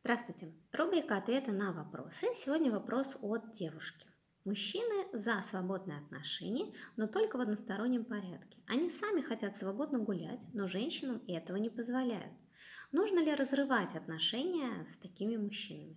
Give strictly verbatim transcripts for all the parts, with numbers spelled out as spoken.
Здравствуйте. Рубрика «Ответы на вопросы». Сегодня вопрос от девушки. Мужчины за свободные отношения, но только в одностороннем порядке. Они сами хотят свободно гулять, но женщинам этого не позволяют. Нужно ли разрывать отношения с такими мужчинами?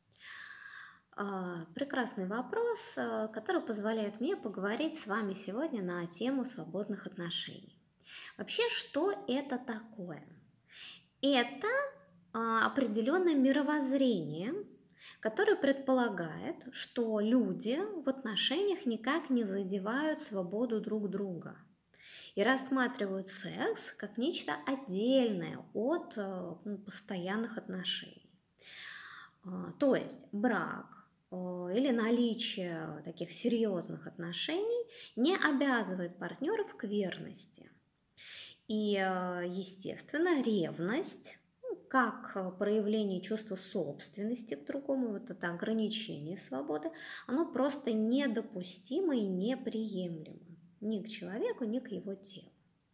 А, Прекрасный вопрос, а, который позволяет мне поговорить с вами сегодня на тему свободных отношений. Вообще, что это такое? Это а, определенное мировоззрение, которое предполагает, что люди в отношениях никак не задевают свободу друг друга и рассматривают секс как нечто отдельное от э, ну, постоянных отношений. А, То есть брак э, или наличие таких серьезных отношений не обязывает партнеров к верности. И, э, естественно, ревность, ну, как э, проявление чувства собственности к другому, вот это ограничение свободы, оно просто недопустимо и неприемлемо ни к человеку, ни к его телу.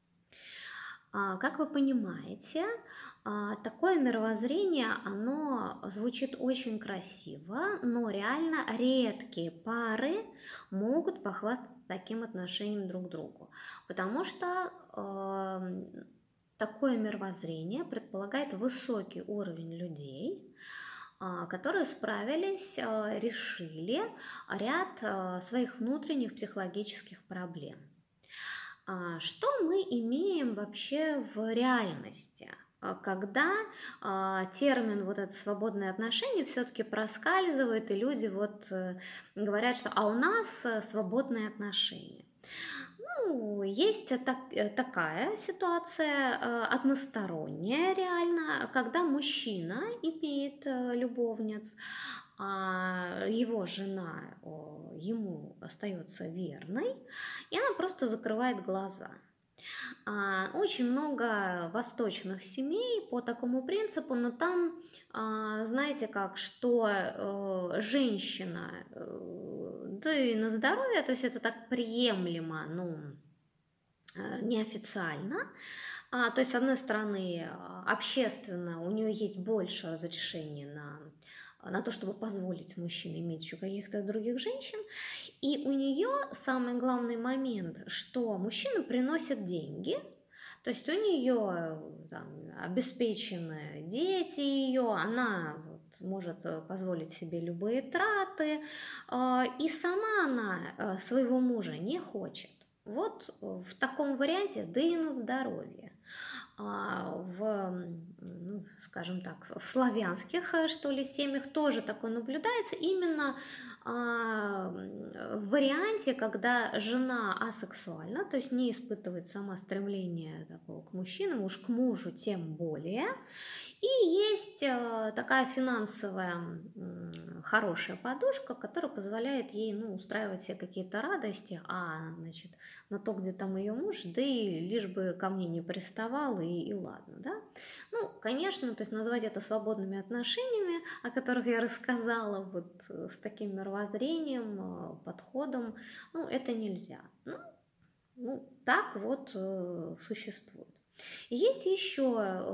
А, Как вы понимаете, а, такое мировоззрение, оно звучит очень красиво, но реально редкие пары могут похвастаться таким отношением друг к другу, потому что эм, такое мировоззрение предполагает высокий уровень людей, а, которые справились, э, решили ряд э, своих внутренних психологических проблем. А, Что мы имеем вообще в реальности, а, когда а, термин вот это свободные отношения все-таки проскальзывает, и люди вот э, говорят, что а у нас э, свободные отношения. Ну, есть так, э, такая ситуация э, односторонняя реально, когда мужчина имеет э, любовниц, а его жена о, ему остается верной, и она просто закрывает глаза. А, Очень много восточных семей по такому принципу, но там, а, знаете как, что э, женщина, э, да и на здоровье, то есть это так приемлемо, ну, э, неофициально. А, то есть, с одной стороны, а, общественно у нее есть больше разрешений на, на то, чтобы позволить мужчине иметь еще каких-то других женщин. И у нее самый главный момент, что мужчина приносит деньги, то есть у нее там, обеспечены дети ее, она вот, может э, позволить себе любые траты, э, и сама она э, своего мужа не хочет. Вот э, в таком варианте, да и на здоровье. А, в, ну, скажем так, в славянских, э, что ли, семьях тоже такое наблюдается, именно а, в варианте, когда жена асексуальна, то есть не испытывает сама стремления такого к мужчинам, уж к мужу тем более. И есть э, такая финансовая м, хорошая подушка, которая позволяет ей, ну, устраивать себе какие-то радости, а, значит, на то, где там ее муж, да и лишь бы ко мне не приставал, и, и ладно, да. Ну, конечно, то есть назвать это свободными отношениями, о которых я рассказала, вот э, с таким мировоззрением, э, подходом, ну, это нельзя. Ну, ну так вот э, существует. И есть еще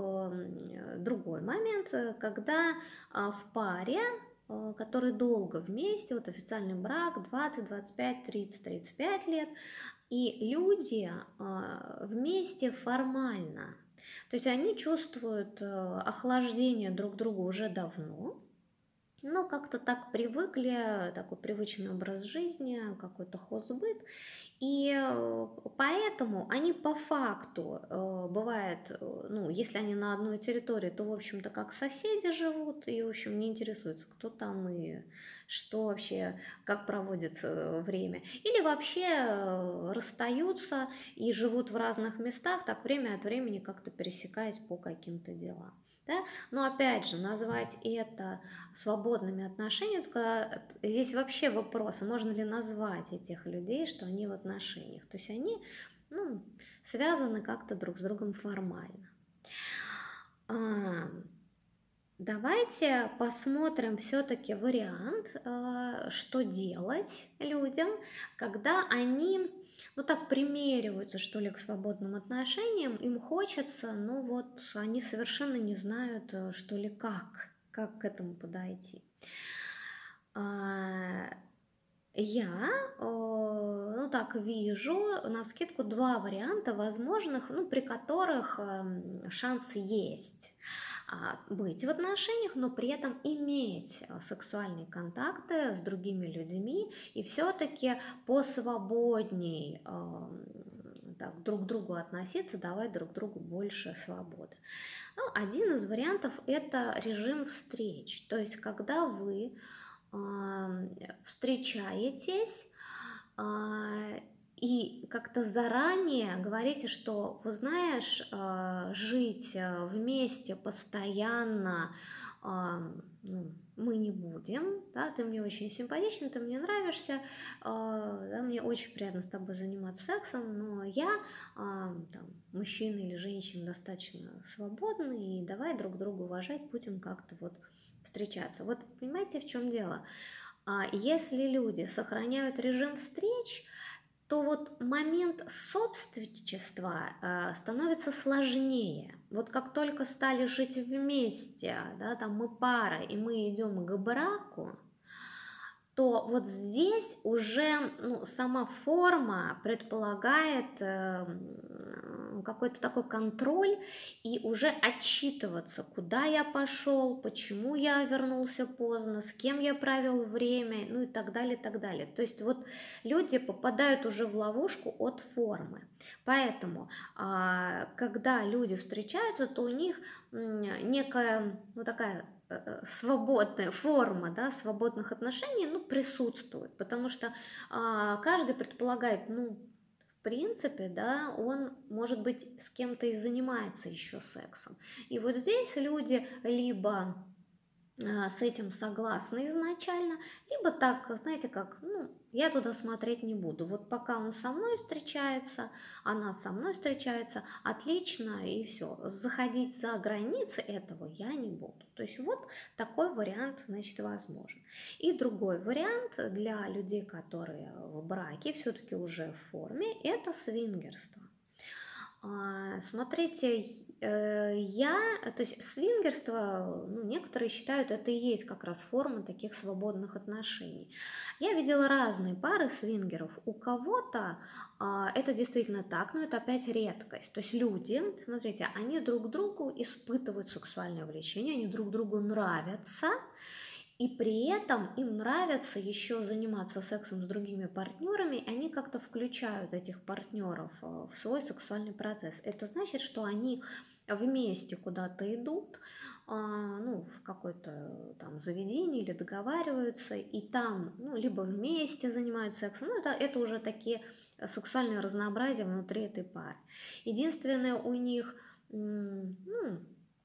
э, другой момент, э, когда э, в паре, э, которые долго вместе, вот официальный брак двадцать, двадцать пять, тридцать, тридцать пять лет, и люди э, вместе формально, то есть они чувствуют э, охлаждение друг к другу уже давно, но как-то так привыкли, такой привычный образ жизни, какой-то хозбыт, и э, поэтому они по факту, э, бывает, э, ну, если они на одной территории, то, в общем-то, как соседи живут, и, в общем, не интересуются, кто там и что вообще, как проводит э, время. Или вообще э, расстаются и живут в разных местах, так время от времени как-то пересекаясь по каким-то делам. Да? Но опять же, назвать это свободными отношениями, только здесь вообще вопрос, можно ли назвать этих людей, что они в отношениях. То есть они, ну, связаны как-то друг с другом формально. А, Давайте посмотрим все-таки вариант, а, что делать людям, когда они, ну так, примериваются, что ли, к свободным отношениям, им хочется, но вот они совершенно не знают, э, что ли, как как к этому подойти. Я, ну так, вижу навскидку два варианта возможных, ну, при которых шанс есть быть в отношениях, но при этом иметь сексуальные контакты с другими людьми и все-таки посвободней так, друг к другу относиться, давать друг другу больше свободы. Ну, один из вариантов – это режим встреч, то есть когда вы встречаетесь и как-то заранее говорите, что, вы знаешь, жить вместе постоянно ну, мы не будем, да, ты мне очень симпатична, ты мне нравишься, да, мне очень приятно с тобой заниматься сексом, но я, там, мужчина или женщина, достаточно свободны, и давай друг друга уважать, будем как-то вот встречаться. Вот понимаете, в чем дело? Если люди сохраняют режим встреч, то вот момент собственничества становится сложнее. Вот как только стали жить вместе, да, там мы пара, и мы идем к браку, то вот здесь уже ну, сама форма предполагает э, какой-то такой контроль и уже отчитываться, куда я пошел, почему я вернулся поздно, с кем я провел время, ну и так далее, и так далее. То есть вот люди попадают уже в ловушку от формы. Поэтому, э, когда люди встречаются, то у них э, некая, ну такая, свободная форма, да, свободных отношений, ну, присутствует, потому что а, каждый предполагает, ну, в принципе, да, он, может быть, с кем-то и занимается еще сексом. И вот здесь люди либо а, с этим согласны изначально, либо так, знаете, как, ну, я туда смотреть не буду. Вот пока он со мной встречается, она со мной встречается, отлично, и все. Заходить за границы этого я не буду. То есть вот такой вариант, значит, возможен. И другой вариант для людей, которые в браке, все-таки уже в форме, это свингерство. Смотрите, я, то есть свингерство, ну, некоторые считают, это и есть как раз форма таких свободных отношений. Я видела разные пары свингеров. У кого-то а, это действительно так, но это опять редкость. То есть люди, смотрите, они друг другу испытывают сексуальное влечение, они друг другу нравятся, и при этом им нравится еще заниматься сексом с другими партнерами, они как-то включают этих партнеров в свой сексуальный процесс. Это значит, что они вместе куда-то идут, ну, в какое-то там заведение или договариваются, и там, ну, либо вместе занимаются сексом, ну, это, это уже такие сексуальные разнообразия внутри этой пары. Единственное у них, ну,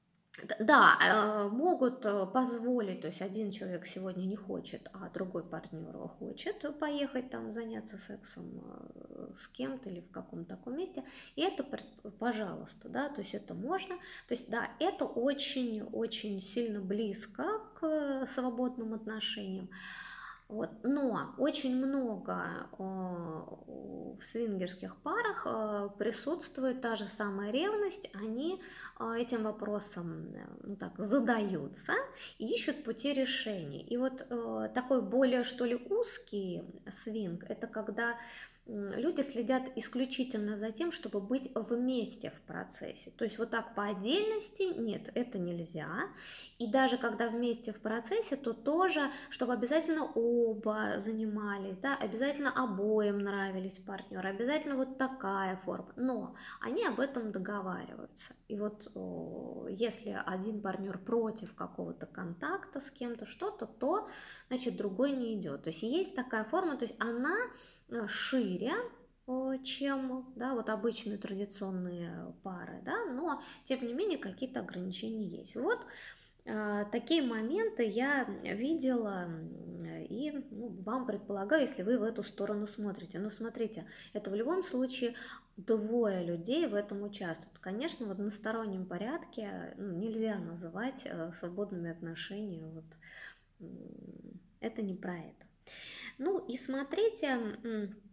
да, могут позволить, то есть один человек сегодня не хочет, а другой партнер хочет поехать там заняться сексом с кем-то или в каком-то таком месте, и это, пожалуйста, да, то есть это можно, то есть да, это очень-очень сильно близко к свободным отношениям. Вот. Но очень много э, в свингерских парах э, присутствует та же самая ревность, они э, этим вопросом э, ну, так, задаются и ищут пути решения. И вот э, такой более, что ли, узкий свинг, это когда люди следят исключительно за тем, чтобы быть вместе в процессе. То есть вот так по отдельности, нет, это нельзя. И даже когда вместе в процессе, то тоже, чтобы обязательно оба занимались, да, обязательно обоим нравились партнеры, обязательно вот такая форма. Но они об этом договариваются. И вот о, если один партнер против какого-то контакта с кем-то, что-то, то, значит, другой не идет. То есть есть такая форма, то есть она шире, чем, да, вот обычные традиционные пары, да, но тем не менее какие-то ограничения есть. Вот э, такие моменты я видела и ну, вам предполагаю, если вы в эту сторону смотрите. Но смотрите, это в любом случае двое людей в этом участвуют. Конечно, в одностороннем порядке ну, нельзя называть э, свободными отношения. Вот, э, это не про это. Ну и смотрите,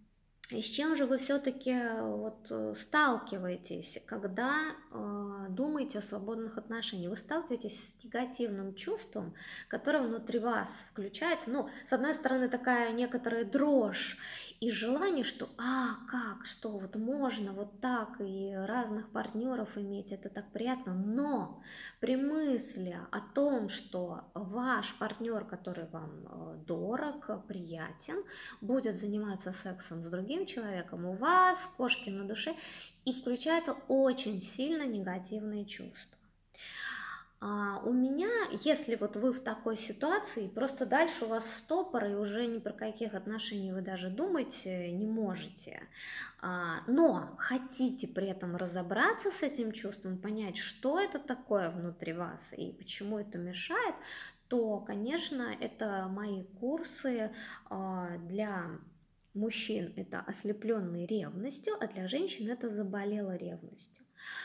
И с чем же вы все-таки вот э, сталкиваетесь, когда э, думаете о свободных отношениях? Вы сталкиваетесь с негативным чувством, которое внутри вас включается. Ну, с одной стороны, такая некоторая дрожь и желание, что «а, как, что, вот можно вот так и разных партнеров иметь, это так приятно». Но при мысли о том, что ваш партнер, который вам э, дорог, приятен, будет заниматься сексом с другим человеком, у вас кошки на душе, и включается очень сильно негативные чувства. А у меня, если вот вы в такой ситуации, просто дальше у вас стопор, и уже ни про каких отношений вы даже думать не можете, а, но хотите при этом разобраться с этим чувством, понять, что это такое внутри вас и почему это мешает, то, конечно, это мои курсы а, для мужчин это ослепленный ревностью, а для женщин это заболела ревностью.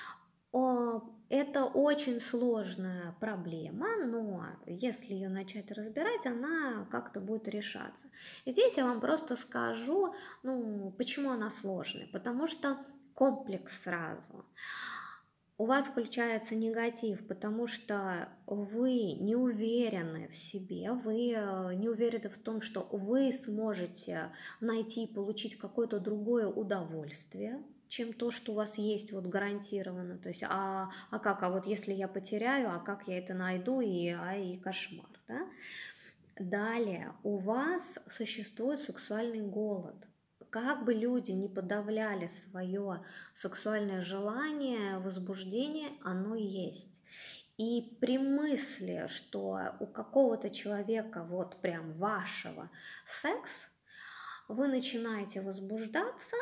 Это очень сложная проблема, но если ее начать разбирать, она как-то будет решаться. И здесь я вам просто скажу, ну, почему она сложная. Потому что комплекс сразу. У вас включается негатив, потому что вы не уверены в себе, вы не уверены в том, что вы сможете найти и получить какое-то другое удовольствие, чем то, что у вас есть вот гарантированно. То есть, а, а как, а вот если я потеряю, а как я это найду, и, а, и кошмар, да? Далее, у вас существует сексуальный голод. Как бы люди не подавляли свое сексуальное желание, возбуждение, оно есть. И при мысли, что у какого-то человека, вот прям вашего, секс, вы начинаете возбуждаться,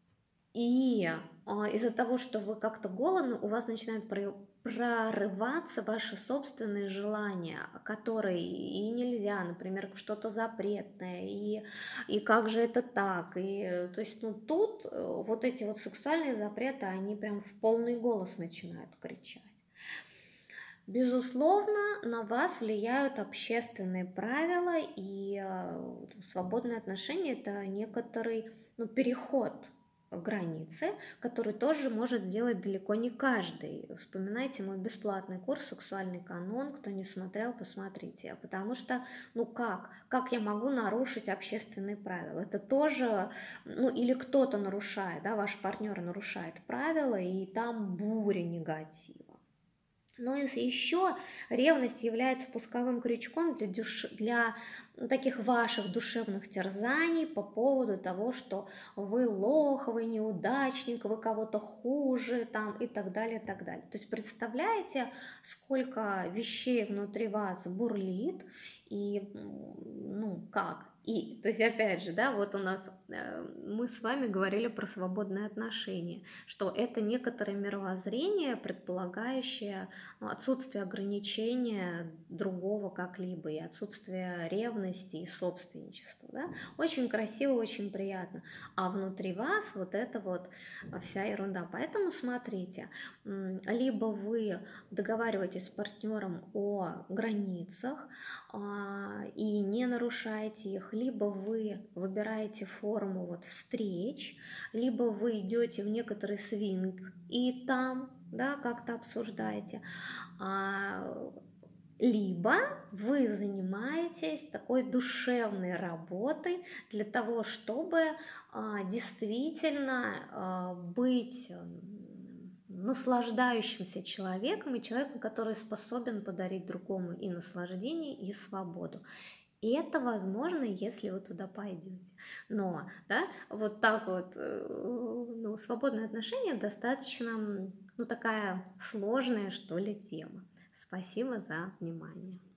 и из-за того, что вы как-то голодны, у вас начинают прорываться ваши собственные желания, которые и нельзя, например, что-то запретное, и, и как же это так, и то есть, ну, тут вот эти вот сексуальные запреты, они прям в полный голос начинают кричать. Безусловно, на вас влияют общественные правила, и свободные отношения – это некоторый, ну, переход границы, который тоже может сделать далеко не каждый. Вспоминайте мой бесплатный курс «Сексуальный канон». Кто не смотрел, посмотрите. Потому что, ну как? Как я могу нарушить общественные правила? Это тоже, ну или кто-то нарушает, да, ваш партнер нарушает правила, и там буря негатива. Но еще ревность является пусковым крючком для, душ... для таких ваших душевных терзаний по поводу того, что вы лох, вы неудачник, вы кого-то хуже там, и так далее, и так далее. То есть представляете, сколько вещей внутри вас бурлит, и ну как? И, то есть, опять же, да, вот у нас э, мы с вами говорили про свободные отношения, что это некоторое мировоззрение, предполагающее ну, отсутствие ограничения другого как-либо и отсутствие ревности и собственничества. Да? Очень красиво, очень приятно. А внутри вас вот это вот вся ерунда. Поэтому смотрите, либо вы договариваетесь с партнером о границах а, и не нарушаете их, либо вы выбираете форму вот встреч, либо вы идете в некоторый свинг и там, да, как-то обсуждаете, а, либо вы занимаетесь такой душевной работой для того, чтобы а, действительно а, быть наслаждающимся человеком и человеком, который способен подарить другому и наслаждение, и свободу. И это возможно, если вы туда пойдете. Но, да, вот так вот, ну, свободные отношения достаточно, ну, такая сложная, что ли, тема. Спасибо за внимание.